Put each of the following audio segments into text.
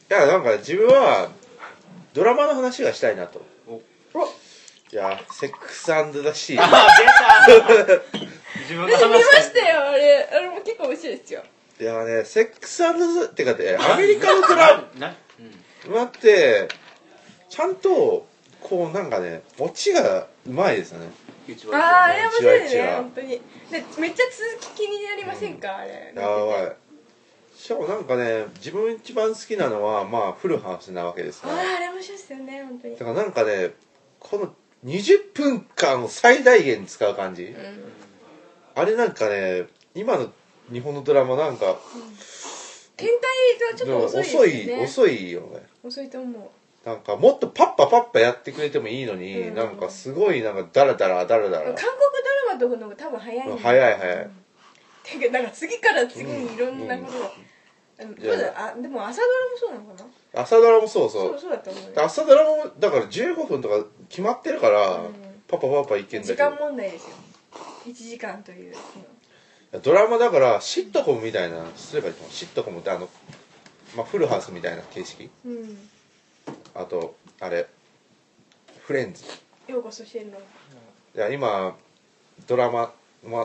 やなんか自分はドラマの話がしたいなと。いやセックス&ザ・シー。 出た自分の話見ましたよあれも結構面白いですよ。 いやねセックス&ザってかねアメリカのドラマってちゃんとこうなんかねオチがうまいですよね。 あれ面白いね一話本当に。でめっちゃ続き気になりませんか、あれ。 やばい。しかもなんかね自分一番好きなのはまあフルハウスなわけですから。 あれ面白いですよね本当に。 だからなんかねこの20分間を最大限使う感じ、あれなんかね今の日本のドラマなんか、 展開がちょっと遅いですね。 遅いよね。 遅いと思う。 なんかもっとパッパやってくれてもいいのに、なんかすごいなんかダラダラ韓国ドラマとかの方が多分早いんだ。 早い。 てかなんか次から次にいろんなことが。でも朝ドラもそうなのかな。 朝ドラもそうだと思うね。 朝ドラもだから15分とか決まってるから、パパいけんだけど時間問題ですよ。1時間というドラマだからシットコムみたいなすればいいと思う。シットコムってまあ、フルハウスみたいな形式、あとあれフレンズ。 ようこそしてるの。 いや今ドラマの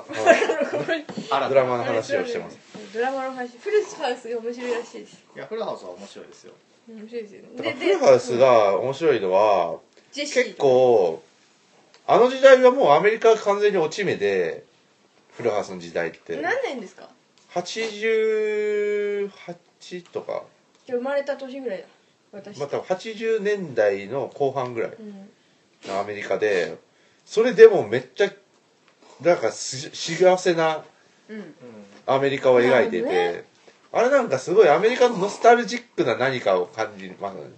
話をしてます。 ドラマの話。フルハウスが面白いらしいです。 いやフルハウスは面白いですよ。 面白いですよね。 フルハウスが面白いのは結構あの時代はもうアメリカが完全に落ち目で、フルハウスの時代って何年ですか ？88とか。 生まれた年ぐらいだ私。 また80年代の後半ぐらいのアメリカで、それでもめっちゃなんか幸せなアメリカを描いてて、あれなんかすごいアメリカのノスタルジックな何かを感じますね。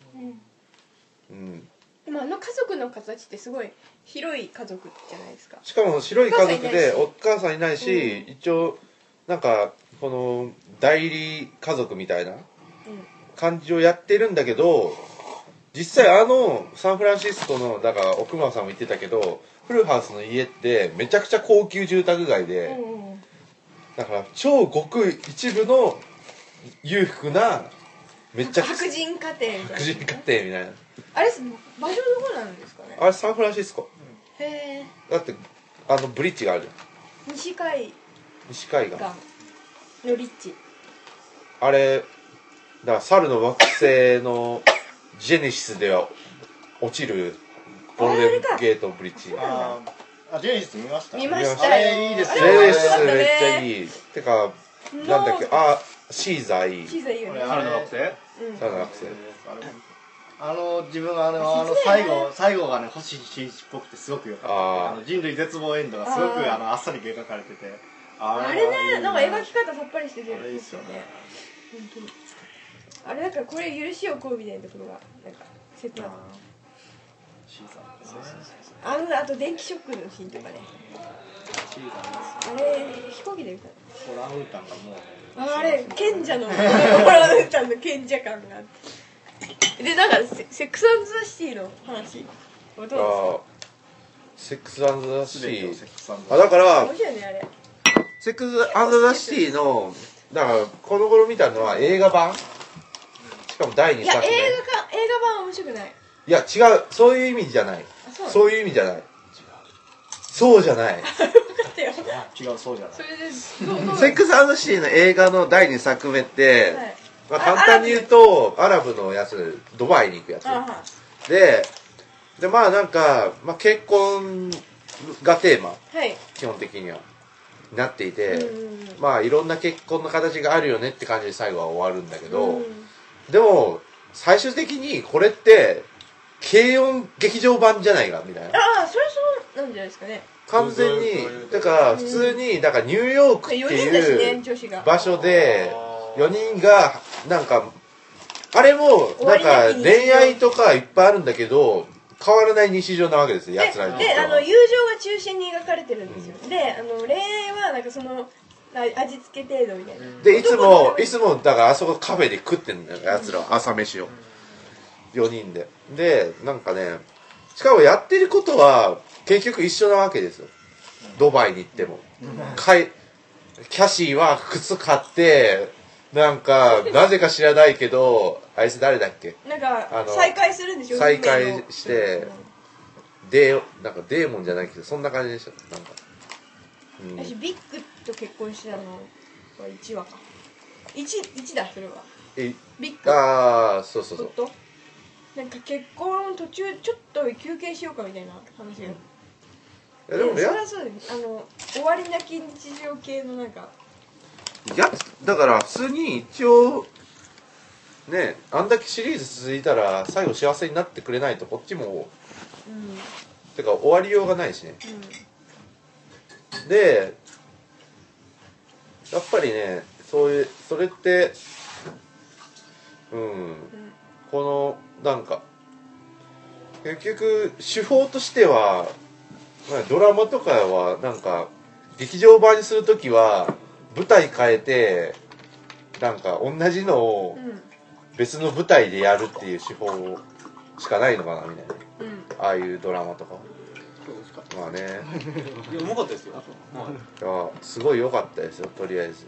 でも家族の形ってすごい広い家族じゃないですか。 しかも広い家族でお母さんいないし、一応なんかこの代理家族みたいな感じをやってるんだけど、実際サンフランシスコのだから奥村さんも言ってたけど、フルハウスの家ってめちゃくちゃ高級住宅街で、だから超ごく一部の裕福なめっちゃ白人家庭みたいな。 あれ場所どこなんですかね。 あれサンフランシスコ。 へえ。 だってブリッジがあるじゃん。西海岸のリッチ。 あれだから猿の惑星のジェネシスでは落ちるゴールデンゲートブリッジ。 ジェネシス見ました。 見ましたよ。 あれいいですね。 ジェネシスめっちゃいい。てかなんだっけ、シーザーいい。 シーザーいいよね。 猿の惑星。 猿の惑星。 自分最後がね星新一っぽくてすごく良かった。人類絶望エンドがすごくあっさり描かれてて、 あれねなんか描き方さっぱりしてていいですよね。 本当にあれだからこれ許しをこうみたいなところがなんか切なかった。 シーザーですね。 あと電気ショックのシーンとかね。 シーザーあれ飛行機で見た。 オランウータンがもうあれ賢者のオランウータンの賢者感があって。でなんかセックス&ザ・シティの話はどうですか？ セックス&ザ・シティ。 だだから面白いねあれ。 セックス&ザ・シティのだからこの頃見たのは映画版。しかも第2作目。 いや映画版は面白くない。 いや違う、そういう意味じゃない。そういう意味じゃない。そうじゃない。 違う、そうじゃない。 それでセックス&シティの映画の第2作目って、まあ簡単に言うとアラブのやつ、ドバイに行くやつでまあなんか、まあ、結婚がテーマ、基本的にはなっていて、まあいろんな結婚の形があるよねって感じで最後は終わるんだけど、でも最終的にこれって軽音劇場版じゃないかみたいな。 それそうなんじゃないですかね。 完全にだから普通にだからニューヨークっていう場所で4人がなんかあれもなんか恋愛とかいっぱいあるんだけど変わらない日常なわけですよ、奴らにとっては。 で友情が中心に描かれてるんですよ。で恋愛はなんかその味付け程度みたいな。 でいつもだからあそこカフェで食ってんだよ、奴らは朝飯を4人でなんかね、しかもやってることは結局一緒なわけですよ。ドバイに行ってもキャシーは靴買ってなんかなぜか知らないけどあいつ誰だっけ、 なんか再会するんでしょ。 再会してなんかデーモンじゃないけどそんな感じでしたなんか、 私ビッグと結婚したのは1話か。1だそれは。ビッグ。 ああそうそうそう。 なんか結婚途中ちょっと休憩しようかみたいな話が。 でもそれはそうだね。終わりなき日常系のなんか。 だから普通に一応ね、あんだけシリーズ続いたら最後幸せになってくれないとこっちも、てか終わりようがないしね、でやっぱりねそれってこのなんか結局手法としては、ドラマとかはなんか劇場版にするときは舞台変えてなんか同じのを別の舞台でやるっていう手法しかないのかなみたいな、ああいうドラマとかまあねいやうまかったですよ、 いやすごい良かったですよとりあえず。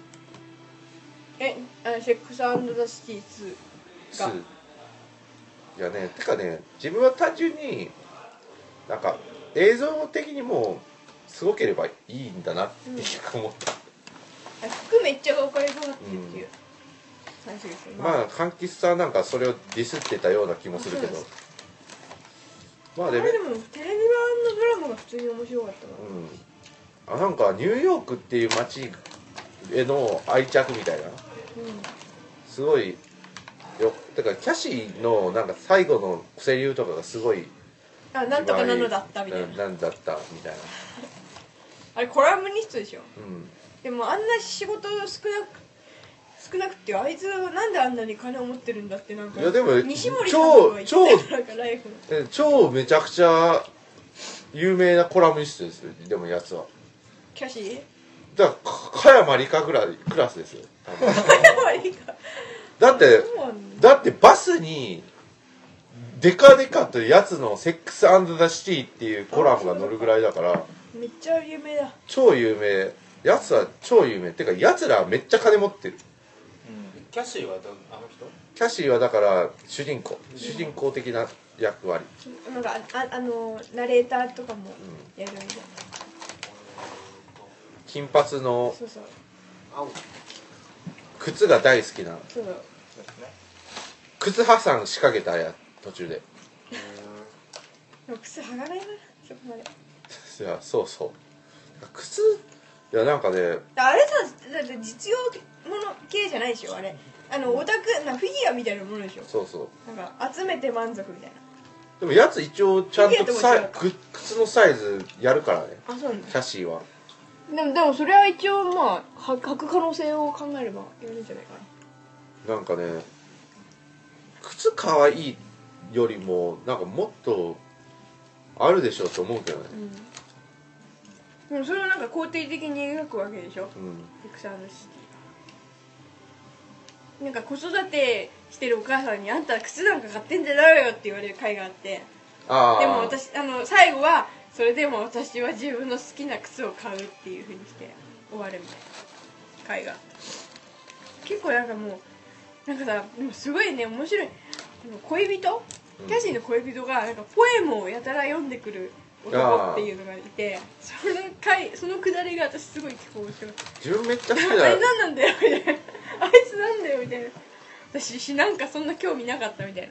セックス&ザ・シティ2がいやねてかね自分は単純になんか映像的にもすごければいいんだなって思った、 服めっちゃお金かかってるっていう話ですよ。 まあ柑橘さんなんかそれをディスってたような気もするけど、まあでもテレビ版のドラマが普通に面白かったな。 なんかニューヨークっていう街への愛着みたいな、すごいよ。だからキャシーのなんか最後のセリフとかがすごいなんとかなのだったみたいな、 なんだったみたいなあれコラムニストでしょ、でもあんな仕事少なくてあいつはなんであんなに金を持ってるんだってなんか。 いやでも西森さんとか言ってたなんかライフ超めちゃくちゃ有名なコラムニストですよ。でもやつはキャシーだから加山理香クラスですよだってバスにデカデカとやつのセックス&ザ・シティっていうコラムが載るぐらいだからめっちゃ有名だ。 超有名。やつは超有名ってかやつらめっちゃ金持ってる。 キャシーはあの人？ キャシーはだから主人公的な役割。 なんかナレーターとかもやるみたいな。 金髪のそうそう靴が大好きな。 そう靴破産仕掛けたや途中で。 でも靴剥がないなそこまで。 いやそうそう靴いやなんかねあれさだって実用もの系じゃないでしょあれ。オタクフィギュアみたいなものでしょ。 そうそうなんか集めて満足みたいな。 でもやつ一応ちゃんと靴のサイズやるからね。 あそうなんだ。 キャシーはでもそれは一応まあ履く可能性を考えればやるんじゃないかな。なんかね靴かわいいよりもなんかもっとあるでしょうと思うけどね、 でもそれをなんか肯定的に描くわけでしょ、セクサーのシティなんか子育てしてるお母さんにあんた靴なんか買ってんじゃないよって言われる回があって、でも私最後はそれでも私は自分の好きな靴を買うっていう風にして終わるみたいな回があった。結構なんかもうなんかさでもすごいね面白い。恋人キャシーの恋人がなんかポエムをやたら読んでくる男っていうのがいて、そのくだりが私すごい結構面白い。 自分めっちゃ好きだあれ何なんだよみたいなあいつなんだよみたいな。私なんかそんな興味なかったみたいな。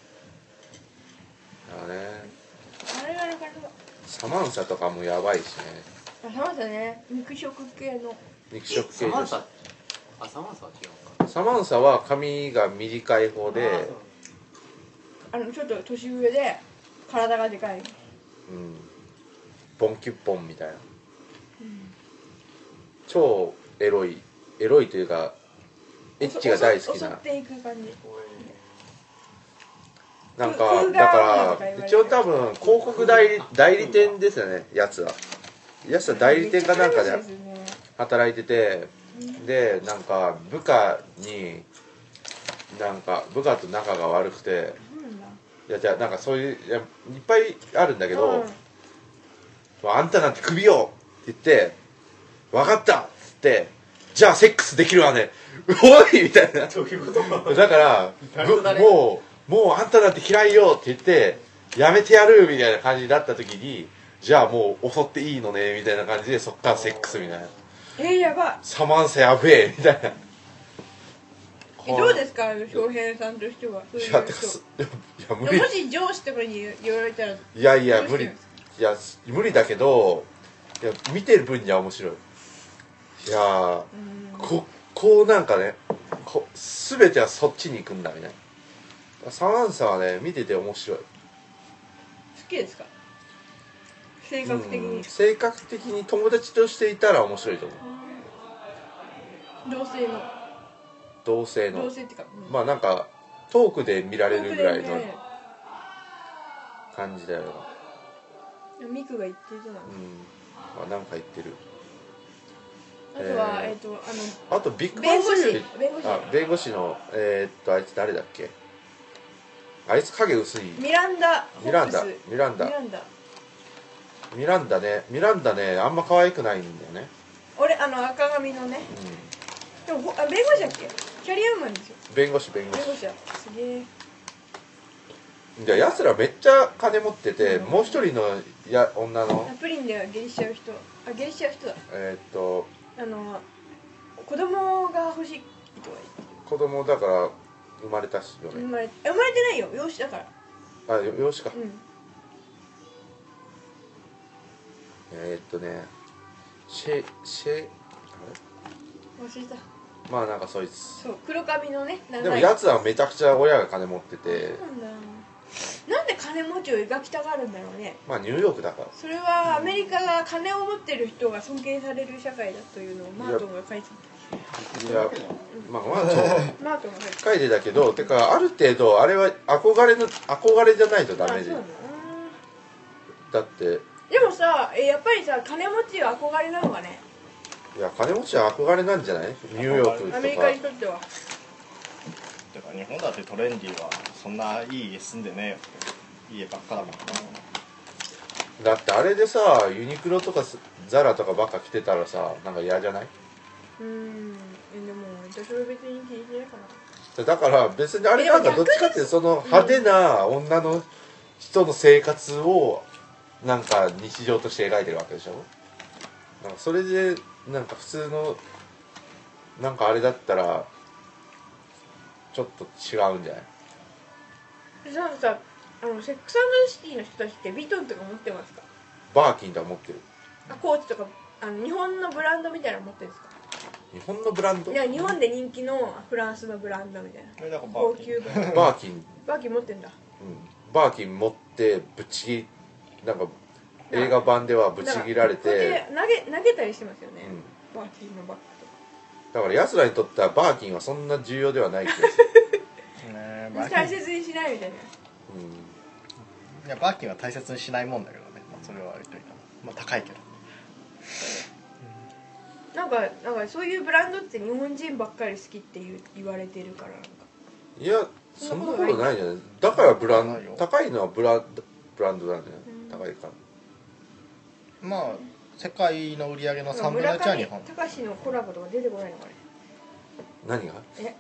あれがなかなかサマンサとかもやばいしね。 サマンサね肉食系のサマンサは違うか。 サマンサは髪が短い方でちょっと年上で体がでかい、 ポンキュッポンみたいな、超エロいというかエッチが大好きな。 襲っていく感じなんかだから一応多分広告代理店ですよね。やつは代理店かなんかで働いてて、でなんか部下と仲が悪くて、いやじゃあなんかそういういっぱいあるんだけど、あんたなんて首よって言って分かったっつってじゃあセックスできるわねおいみたいなどういうことだからもうあんたなんて嫌いよって言ってやめてやるみたいな感じになった時にじゃあもう襲っていいのねみたいな感じでそっからセックスみたいなやばサマンサやべえみたいなどうですか翔平さんとしてはそういう人無理もし上司とかに言われたらいや無理無理だけど見てる分には面白いいやこうなんかね全てはそっちに行くんだみたいなサマンサはね見てて面白い好きですか性格的に性格的に友達としていたら面白いと思う同性のってか、 まあなんかトークで見られるぐらいの感じだよなミクが言ってるじゃないまあなんか言ってるあとはあとビッグバン弁護士のあいつ誰だっけあいつ影薄いミランダねあんま可愛くないんだよね俺赤髪のねでも弁護士だっけキャリアウーマンですよ弁護士だすげえいや奴らめっちゃ金持っててもう一人の女のプリンで下痢しちゃう人だ子供が欲しい人がいる子供だから生まれたしよね生まれてないよ養子だから養子かシェあれ忘れたまあなんかそいつそう黒髪のねでも奴はめちゃくちゃ親が金持っててなんで金持ちを描きたがるんだろうねまあニューヨークだからそれはアメリカが金を持ってる人が尊敬される社会だというのをマートンが書いてたいやまあマートンが書いてたけどてかある程度あれは憧れじゃないとダメでだってでもさやっぱりさ金持ちは憧れなのかねいや金持ちは憧れなんじゃないニューヨークとかアメリカにとってはてか日本だってトレンディはそんないい家住んでねえよって家ばっかだもんなだってあれでさユニクロとかザラとかばっか着てたらさなんか嫌じゃないでも私は別に気にしないかなだから別にあれなんかどっちかってその派手な女の人の生活をなんか日常として描いてるわけでしょなんかそれでなんか普通のなんかあれだったらちょっと違うんじゃないなんかさセックス&ザシティの人たちってビトンとか持ってますかバーキンとか持ってるコーチとか日本のブランドみたいなの持ってるんですか日本のブランドいや日本で人気のフランスのブランドみたいな高級ブランドバーキン持ってんだバーキン持ってぶち切なんか映画版ではぶち切られて投げたりしてますよね、バーキンのバッグとかだから奴らにとってはバーキンはそんな重要ではない気がする大切にしないみたいな、 いやバーキンは大切にしないもんだけどね、それは言っといたまあ高いけどなんかそういうブランドって日本人ばっかり好きって言われてるからなんかいやそんなことないんじゃないだから高いのはブランドなんじゃない高いからまあ世界の売り上げの3分の1は日本村上隆のコラボとか出てこないのかね何が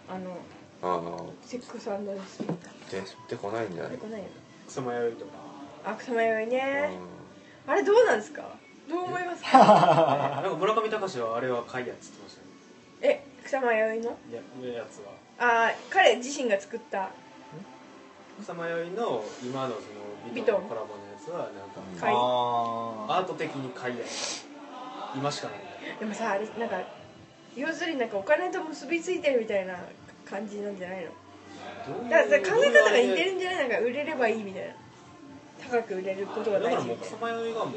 セックス&ザシティ出てこないんじゃない出てこないよ草間彌生とか草間彌生ねあれどうなんですかどう思いますかなんか村上隆はあれは買いやっつってましたね草間彌生のやつは彼自身が作った草間彌生の今のそのビトンのコラボのやつはなんかアート的に買いや今しかないでもさあれなんか要するになんかお金と結びついてるみたいな感じなんじゃないのだから考え方が似てるんじゃないなんか売れればいいみたいな高く売れることが大事みたいなだからもう草間彌生がもう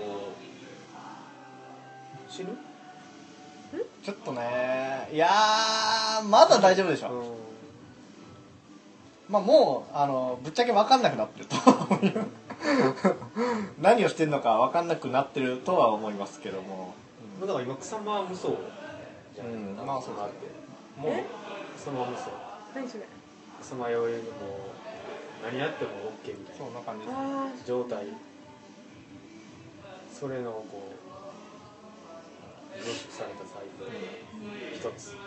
死ぬちょっとねいやまだ大丈夫でしょ、まあもうぶっちゃけ分かんなくなってると何をしてるのか分かんなくなってるとは思いますけども、 だから今草間無双じゃないかな、 まあそうだってもう草間無双何それ草間彌生のもう何やっても OK みたいなそんな感じです状態それのこう凝縮されたサイト一つ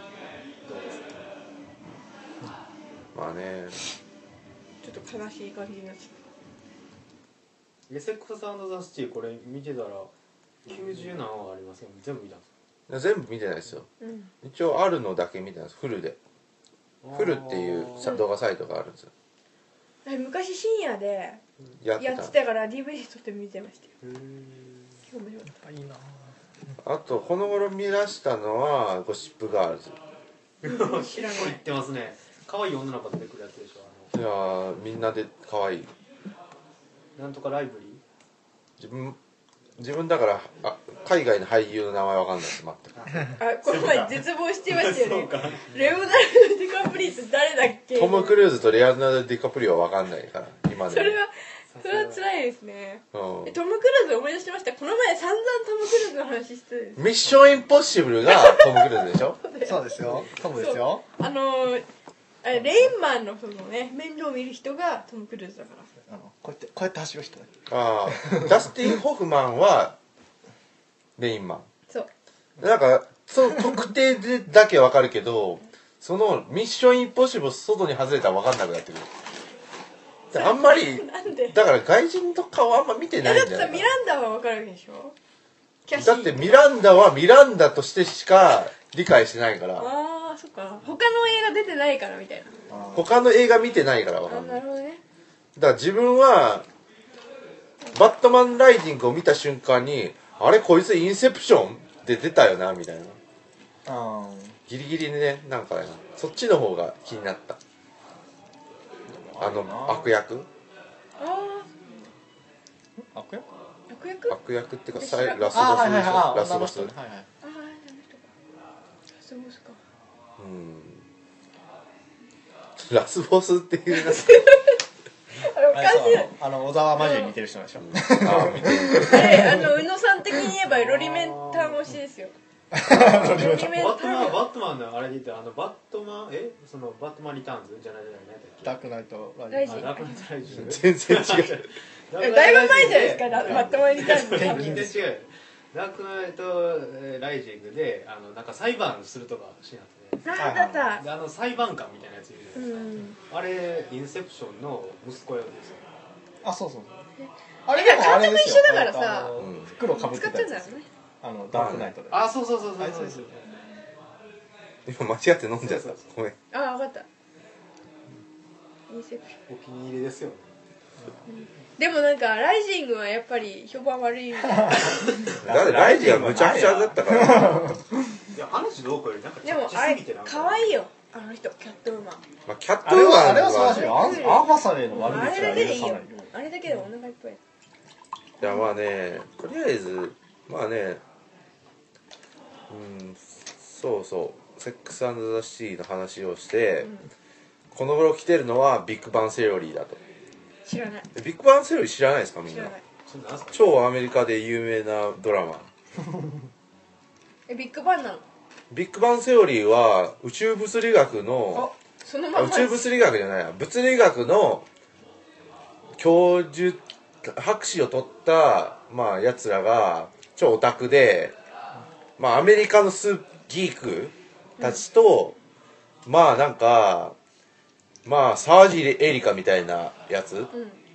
まあねちょっと悲しい感じになっちゃエセックス&ザ・シティこれ見てたら90何話ありますよね。全部見たんですか？ 全部見てないですよ、一応あるのだけ見てないです。フルでフルっていう動画サイトがあるんですよ。 昔深夜でやってたから DVD 撮って見てましたよ。面白かった。いいな。 あとこの頃見出したのはゴシップガールズ。 知らない。 言ってますね。可愛い女の子出てくるやつでしょ。 いやーみんなで可愛い。 なんとかライブリー。自分だから海外の俳優の名前わかんないです全く。 この前絶望してましたよね。レオナルド・ディカプリって誰だっけ？ トム・クルーズとレオナルド・ディカプリオはわかんないから今で。 それは辛いですね。トム・クルーズ思い出しました。この前散々トム・クルーズの話してる。 ミッション・インポッシブルがトム・クルーズでしょ？ そうですよ。トムですよ。 レインマンのそのね面倒見る人がトム・クルーズだから。 こうやって走る人だ。 ダスティン・ホフマンはレインマン。 そうなんかその特定でだけわかるけどそのミッション・インポッシブル外に外れたらわかんなくなってくる。あんまりだから外人と顔あんま見てないんじゃないかな。 だってミランダはわかるでしょ。 だってミランダはミランダとしてしか理解してないから。 ああそっか。他の映画出てないからみたいな。 他の映画見てないからわかんない。 なるほどね。 だから自分はバットマンライジングを見た瞬間にあれこいつインセプションで出たよなみたいな。ギリギリねなんかねそっちの方が気になった。悪役？悪役っていうかラスボスでしょ。ラスボス。ラスボスか。 ラスボスっていうおかしい。 小沢真珠に似てる人なんでしょ。 宇野さん的に言えばロリメンター推しですよ。 バットマンのあれで言ってバットマンリターンズじゃないダークナイトライジング。 全然違う。 だいぶ前じゃないですかバットマンリターンズ。 全然違う。ダークナイトライジングでなんか裁判するとかしなくて。 だった。 裁判官みたいなやついるじゃないですか。あれインセプションの息子役ですよ。 そうそう。 あれでも監督一緒だからさ。 袋かぶってたやつ。ダークナイトで。そう。 今間違って飲んじゃった。ごめん。 分かった。インセプション。 お気に入りですよね。 でもなんかライジングはやっぱり評判悪い。だってライジングはむちゃくちゃだったから。いや話どうこうよりなんかでもあれ可愛いよあの人キャットウーマン。 キャットウーマンあれは素晴らしいよ。アンバサレーの悪口はあれだけでいいよ。あれだけでお腹いっぱい。 いやまあねとりあえずまあねそうセックス&ザ・シティの話をして、この頃来てるのはビッグバンセオリーだと。 知らない。 ビッグバンセオリー知らないですかみんな。超アメリカで有名なドラマ。 ビッグバンなの？ ビッグバンセオリーは宇宙物理学の宇宙物理学じゃない物理学の教授博士を取ったやつらが超オタクでアメリカのギークたちとなんか沢尻エリカみたいなやつ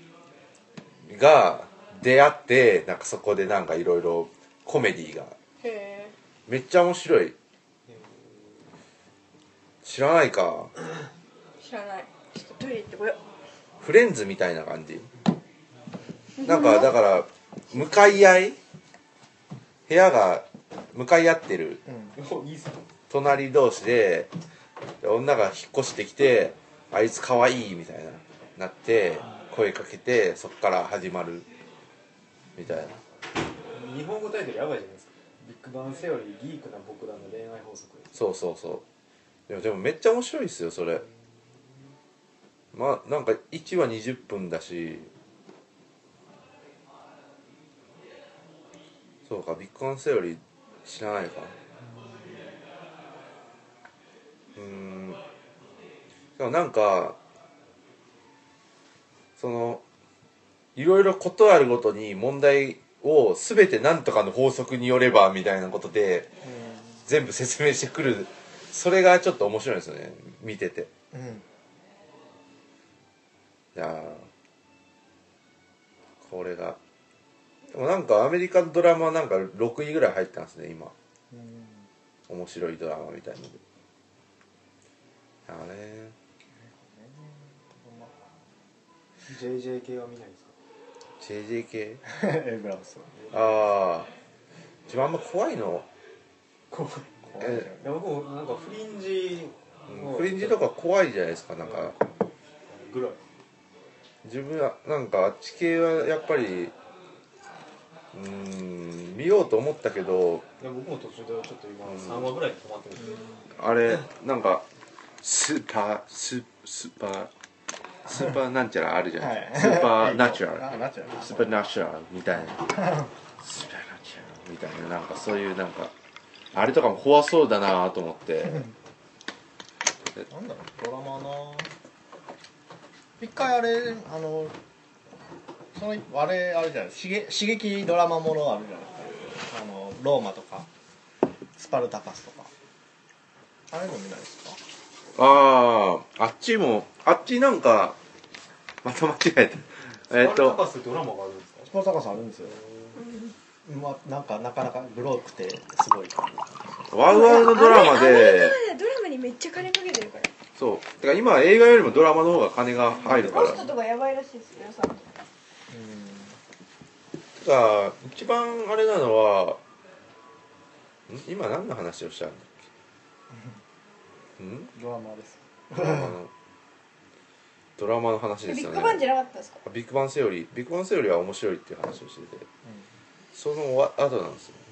が出会ってなんかそこでなんかいろいろコメディがめっちゃ面白い。知らないか。 知らない。ちょっとトイレ行ってこよう。 フレンズみたいな感じ。なんかだから向かい合い部屋が向かい合ってる隣同士で女が引っ越してきてあいつかわいいみたいななって声かけてそっから始まるみたいな。 日本語タイトルやばいじゃないですか。ビッグバンセオリーギークな僕らの恋愛法則。 そうでもめっちゃ面白いですよそれ。なんか1話20分だし。そうかビッグバンセオリー知らないか。でもなんかいろいろことあるごとに問題を全て何とかの法則によればみたいなことで全部説明してくる。それがちょっと面白いですよね見てて。 いやこれがでもなんかアメリカのドラマなんか6位ぐらい入ったんですね今。面白いドラマみたいので。 JJ 系は見ないですか？ JJ 系エブラムス。 ああ自分あんま怖いの怖い。いや僕もなんかフリンジとか怖いじゃないですかなんかぐらい。 自分はなんかあっち系はやっぱり見ようと思ったけどいや僕も途中でちょっと今3話ぐらいで止まってるんですよ。 あれなんかスーパーなんちゃらあるじゃないですか、スーパーナチュラルスーパーナチュラルみたいなスーパーナチュラルみたいななんかそういうなんかあれとかも怖そうだなと思ってなんだろうドラマな一回あれそのあれじゃない刺激ドラマものあるじゃないですかローマとかスパルタカスとかあれも見ないですか？ あっちなんかまた間違えたスパルタカスドラマがあるんですか？ スパルタカスあるんですよ、なんかなかなかグロくてすごいワウワウのドラマでドラマにめっちゃ金かけてるからそうだから今は映画よりもドラマの方が金が入るからコストとかやばいらしいですよさが一番あれなのは今何の話をしたんだっけドラマですドラマの話ですよね。 ビッグバンじゃなかったですか？ ビッグバンセオリーは面白いっていう話をしてて、その後なんですよね。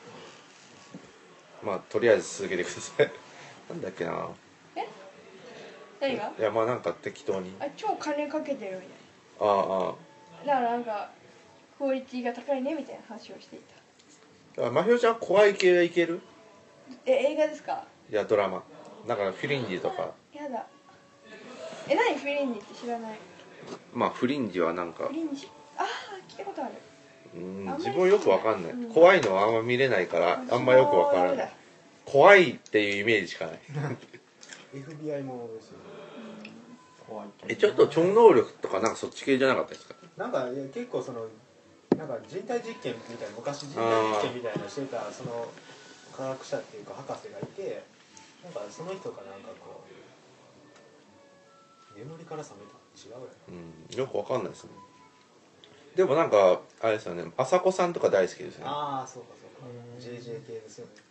まあとりあえず続けてくださいなんだっけな何が？ いやまあなんか適当に超金かけてるみたいあなだからなんかクオリティが高いねみたいな話をしていた。 だからまひろちゃん怖い系はいける？ 映画ですか？ いやドラマだからフィリンジとかやだ何フィリンジって知らない。 まあフリンジはなんかフリンジ聞いたことある。 自分よくわかんない、怖いのはあんま見れないからあんまよくわからない。怖いっていうイメージしかない FBI もですよね。 怖いちょっと超能力とかなんかそっち系じゃなかったですか？ なんか結構なんか人体実験みたいな昔人体実験みたいなしてたその科学者っていうか博士がいてなんかその人がなんかこう眠りから覚めた違うよくわかんないですね。でもなんかあれですよね朝子さんとか大好きですね。 ああそうかそうか JJ 系ですよね。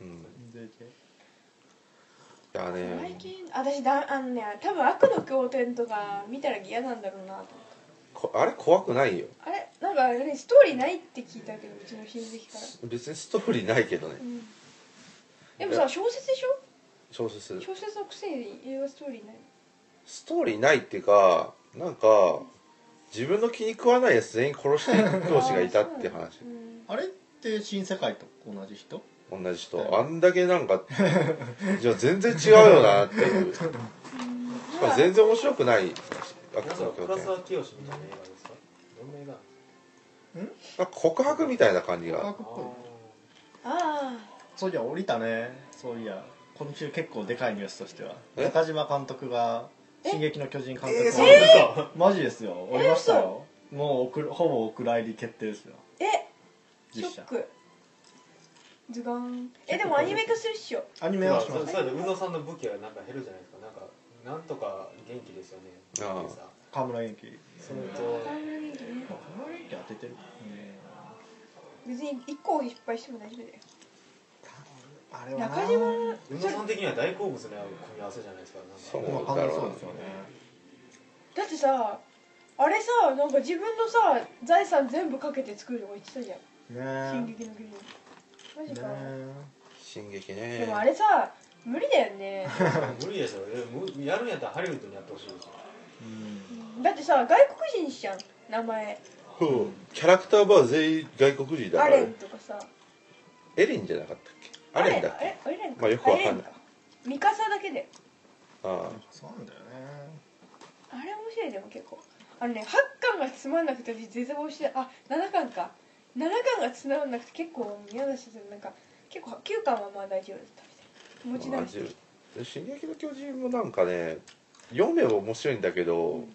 いやね最近私多分悪の経典とか見たら嫌なんだろうなと思った。 あれ怖くないよ。 あれなんかストーリーないって聞いたけどうちの親戚から。 別にストーリーないけどね、 でもさ小説でしょ？ 小説のくせに映画ストーリーないの？ ストーリーないっていうかなんか自分の気に食わないやつ全員殺していく同士がいたっていう話あれって新世界と同じ人あんだけなんかじゃあ全然違うよなっていうしかも全然面白くない黒沢清みたいな映画ですか？どんな映画？ 告白みたいな感じが告白っぽいそういや降りたね。そういや今週結構でかいニュースとしては中島監督が進撃の巨人監督マジですよ降りましたよ。もうほぼお蔵入り決定ですよ。 ショックズガンでもアニメ化するっしょ。 アニメはします。 そうで宇野さんの武器はなんか減るじゃないですか。なんとか元気ですよね。 河村元気それと河村元気当ててる別に1個失敗しても大丈夫だよ。 あれは中島宇野さん的には大好物の組み合わせじゃないですか。 そうだろうね。 だってさあれさなんか自分のさ財産全部かけて作るとか言ってたじゃん。進撃の巨人マジか進撃ね。 でもあれさ無理だよね無理ですよ。やるんやったらハリウッドにやってほしいですよ。 だってさ外国人じゃん名前。 キャラクターバー全員外国人だから。 アレンとかさエレンじゃなかったっけ？アレンだっけ？まあよくわかんない。 ミカサだけでそうなんだよね。 あれ面白いでも結構8巻がつまんなくて絶望して7巻か7巻がつまんなくて結構嫌だしなんか結構9巻はまあ大丈夫だったみたいな持ち直して。 進撃の巨人もなんかね読めば面白いんだけど、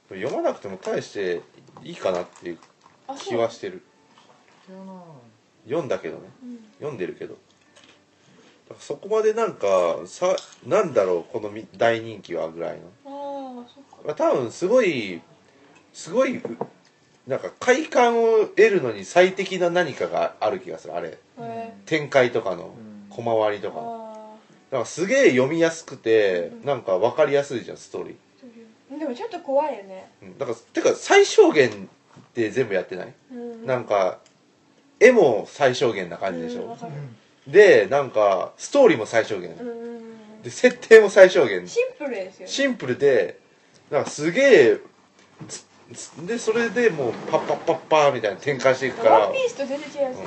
読まなくても大していいかなっていう気はしてる。読んだけどね、読んでるけど、だからそこまでなんかなんだろうこの大人気はぐらいの。多分すごいなんか快感を得るのに最適な何かがある気がするあれ。展開とかの小回りとか、だからすげえ読みやすくて、なんか分かりやすいじゃんストーリー。でもちょっと怖いよね。 だからてか最小限で全部やってない、なんか絵も最小限な感じでしょ、でなんかストーリーも最小限、で設定も最小限、 シンプルですよね。 シンプルでなんかすげえでそれでもうパッパッパッパーみたいな展開していくから。 ワンピースと全然違いますよね。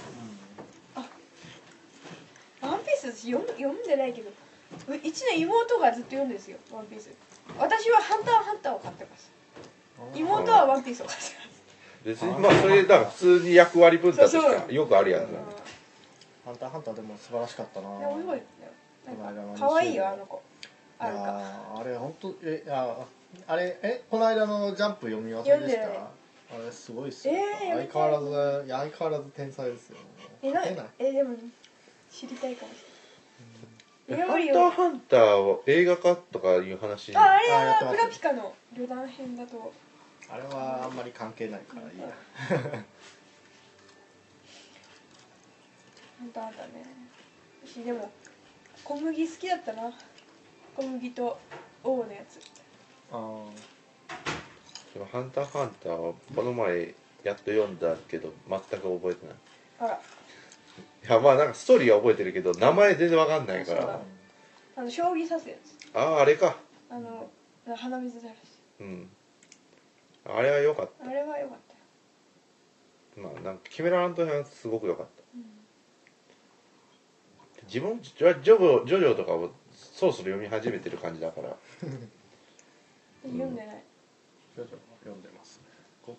ワンピース私読んでないけど、うちの妹がずっと読んでるんですよワンピース。私はハンターハンターを買ってます。妹はワンピースを買ってます。 別にまあそれだから普通に役割分担としてはよくあるやつだね。 ハンターハンターでも素晴らしかったな。 可愛いよあの子。 あれ本当あれこの間のジャンプ読み忘れでした。あれすごいっすよ。相変わらず天才ですよ。 でも知りたいかもしれない。 ハンターハンターを映画化とかいう話。 あれはプラピカの旅団編だと。 あれはあんまり関係ないからいいや。 ハンターハンターね。私でも小麦好きだったな。小麦と王のやつ。 でもハンターハンターはこの前やっと読んだけど全く覚えてない。 あら。 いやまあなんかストーリーは覚えてるけど名前全然わかんないから。 将棋指すやつ。 あれか。 鼻水だらし。 あれは良かった。 あれは良かったよ。 まあなんかキメラランド編はすごく良かった。自分ジョジョとかをそろそろ読み始めてる感じだから。 読んでない。 ジョジョ読んでますね。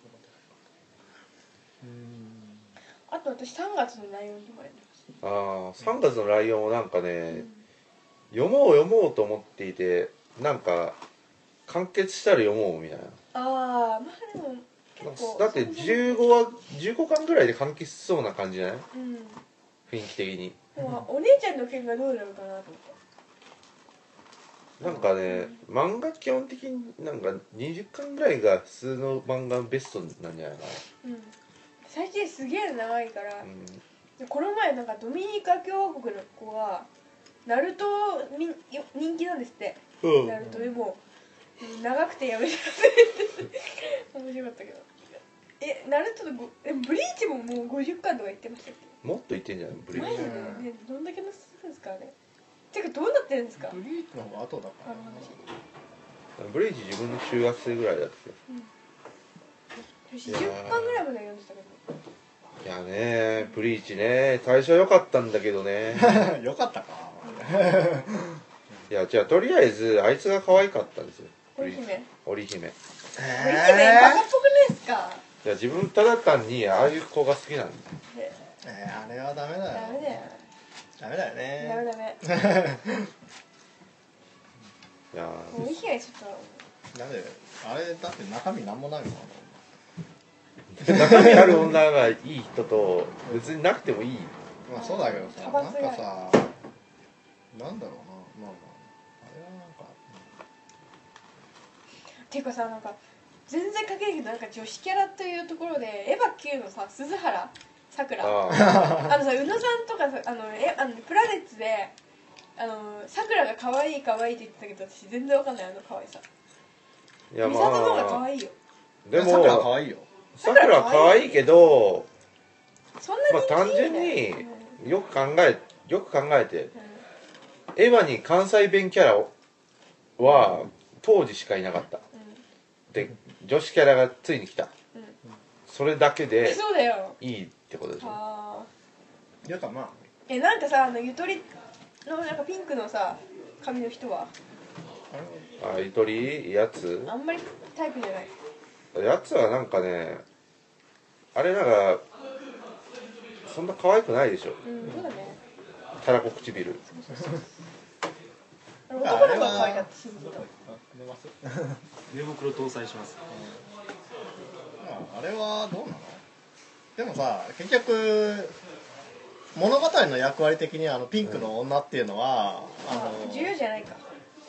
あと私3月のライオンとか読んでます。3月のライオンをなんかね、読もうと思っていてなんか完結したら読もうみたいな。 まあでも結構だって15巻ぐらいで完結しそうな感じじゃない？雰囲気的に。 お姉ちゃんの件がどうなるかなと思って。 なんかね、漫画基本的になんか20巻ぐらいが普通の漫画のベストなんじゃないかな。 最近すげえ長いから、この前なんかドミニカ共和国の子がナルト人気なんですって、ナルトでも長くてやめて面白かったけど、ナルトのブリーチももう50巻とか言ってましたっけ？ もっと言ってんじゃないブリーチ。 どんだけのするんですかね。てかどうなってるんですか？ ブリーチの方が後だからブリーチ自分の中学生ぐらいだってよ。 10巻ぐらいまで読んでたけど。 いやねブリーチね最初は良かったんだけどね。 良かったか。 いやじゃあとりあえずあいつが可愛かったんですよ。 織姫。 織姫。 織姫バカっぽくないですか？ いや自分ただ単にああいう子が好きなんです。 あれはダメだよ。ダメだよね。 ダメ。 いや織姫ちょっと。なんであれだって中身なんもないもん。 中身ある女がいい人と別になくてもいい。 まあそうだけどさ、なんかさ、なんだろうな、まああれはなんか。 ていうかさ、なんか全然関係ないけどなんか女子キャラというところでエヴァ9のさ鈴原さくらさ宇野さんとかさプラネッツでさくらが可愛い可愛いって言ってたけど私全然わかんない可愛さ。 いや美里の方が可愛いよ。 でもさくら可愛いよ。 さくら可愛いけど、 そんなに単純によく考えて、エヴァに関西弁キャラは当時しかいなかった。で女子キャラがついに来た。それだけでいいってことでしょ。 なんかまあなんかさゆとりのなんかピンクのさ髪の人はゆとりやつあんまりタイプじゃない。 やつはなんかねあれなんかそんな可愛くないでしょ。 そうだね。 たらこ唇。 男の子が可愛かったし。 寝ます寝袋搭載します。 あれはどうなの？でもさ、結局物語の役割的にピンクの女っていうのは、 重要じゃないか。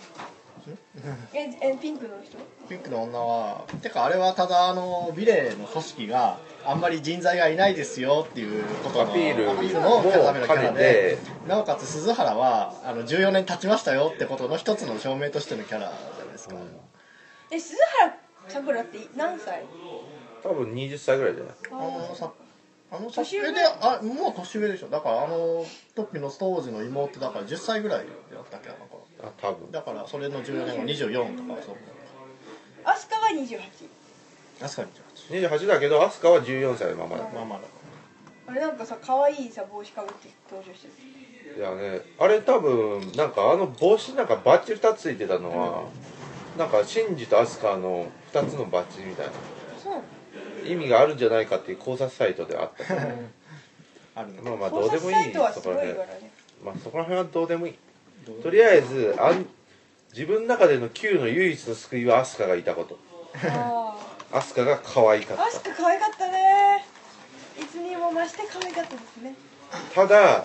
ピンクの人？ ピンクの女はてかあれはただビレーの組織があんまり人材がいないですよっていうことのアピールのためのキャラで、なおかつ鈴原は14年経ちましたよってことの一つの証明としてのキャラじゃないですか。 鈴原さくらって何歳？ 多分20歳ぐらいじゃない？ 年上でもう年上でしょ。だからトッピの当時の妹だから10歳ぐらいだったっけ、あの頃。 多分だからそれの14年後24とかそう。 アスカは28。 アスカ 28だけどアスカは14歳のままだ。 あれなんかさ、可愛いさ帽子かぶって登場してる。 いやね、あれ多分なんか帽子なんかバッジ2つついてたのは、なんかシンジとアスカの2つのバッジみたいな意味があるんじゃないかっていう考察サイトであったあるの。まあどうでもいい。そこら辺、まあそこら辺はどうでもいい。とりあえず自分の中での Q の唯一の救いはアスカがいたこと。アスカが可愛かった。 アスカ可愛かったね。いつにも増して可愛かったですね。 ただ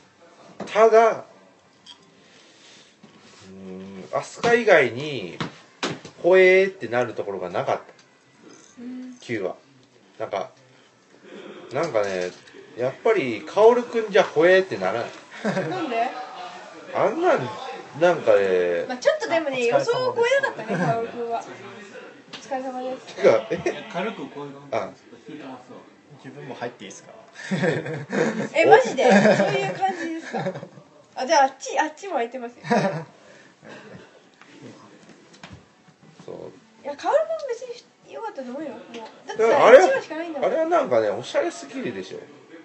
アスカ以外にほえーってなるところがなかった。Q はなんかね、やっぱり薫くんじゃほえーってならない。 なんで？ なんかね、 まあちょっとでもね、予想を超えなかったね、薫くんは。お疲れ様です。 軽くこういうの聞いてますわ。 自分も入っていいですか？ マジで？そういう感じですか？じゃああっちも空いてますよ。 そう。 いや、薫くん別に良かったと思うよ。もうだってあれ 1話しかないんだもん。 あれはなんかね、おしゃれすぎるでしょ。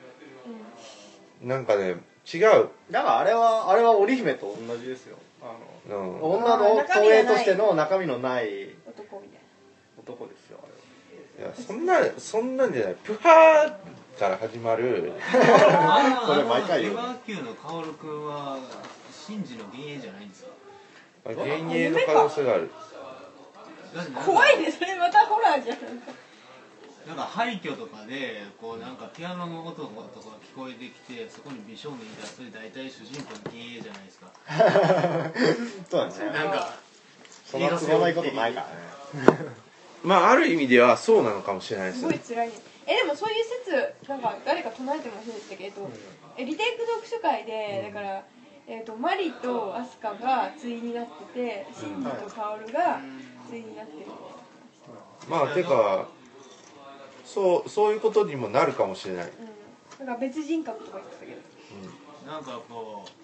なんかね、違う。 だからあれは織姫と同じですよ。女の投影としての中身のない男みたいな。 男ですよ。 いや、そんなんじゃない。プハーから始まる。 それ毎回言う。 エヴァ級の薫くんはシンジの幻影じゃないんですか？ 幻影の可能性がある。 怖いね、それまたホラーじゃん。 なんか廃墟とかでこうなんかピアノの音とか聞こえてきて、そこに美少年いたらそれ大体主人公の幻影じゃないですか。 そうなんですね。 なんかそんな都合のいいことないからね。 まあある意味ではそうなのかもしれないですすごい辛いね。でもそういう説なんか誰か唱えてませんでしたけど、リテイク読書会でだから、マリとアスカが対になってて、シンジとカオルが対になってる。 まあてかそういうことにもなるかもしれない。 なんか別人格とか言ってたけど。 なんかこう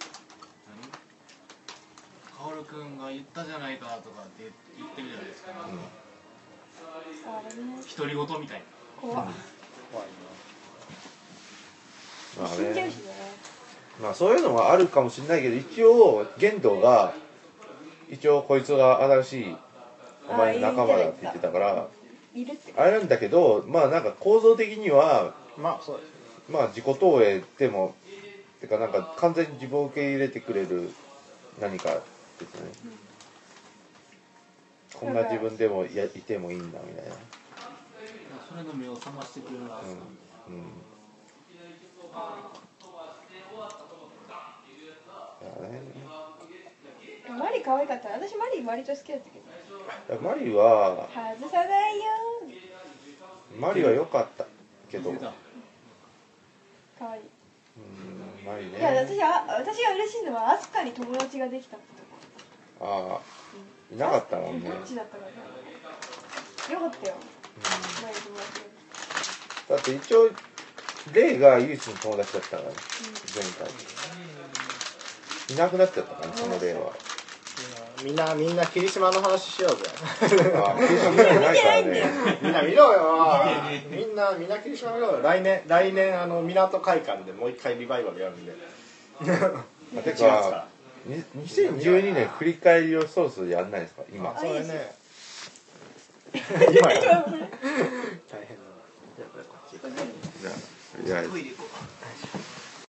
薫くんが言ったじゃないかとかって言ってるじゃないですか。独り言みたいな。 怖い。 まあ死んじゃうね、 しね。 まあそういうのはあるかもしれないけど、一応玄道がこいつが新しいお前の仲間だって言ってたからあれなんだけど、まあなんか構造的にはまあそうです。 まあ自己投影でもてかなんか完全に自分を受け入れてくれる何かですね。こんな自分でもいてもいいんだみたいな。 それの目を覚ましてくれるんですか。 マリ可愛かった。私マリ割と好きだったけど。 マリは外さないよ。 マリは良かったけど。 可愛い。 マリね。 いや私が嬉しいのはアスカに友達ができたってとこ。 ああ、いなかったもんね。 どっちだったかな。よかったよ。マリ友達が。 だって一応レイが唯一の友達だったからね、前回いなくなっちゃったからね、そのレイは。 みんな霧島の話しようぜ。 霧島見てないからね。 みんな見ろよ。みんな霧島見ろよ。来年港会館でもう一回リバイバルやるんで。 てか2012年振り返りをそろそろやんないですか今。 それね。今や。大変だ。 じゃあ、 トイレ行こうか。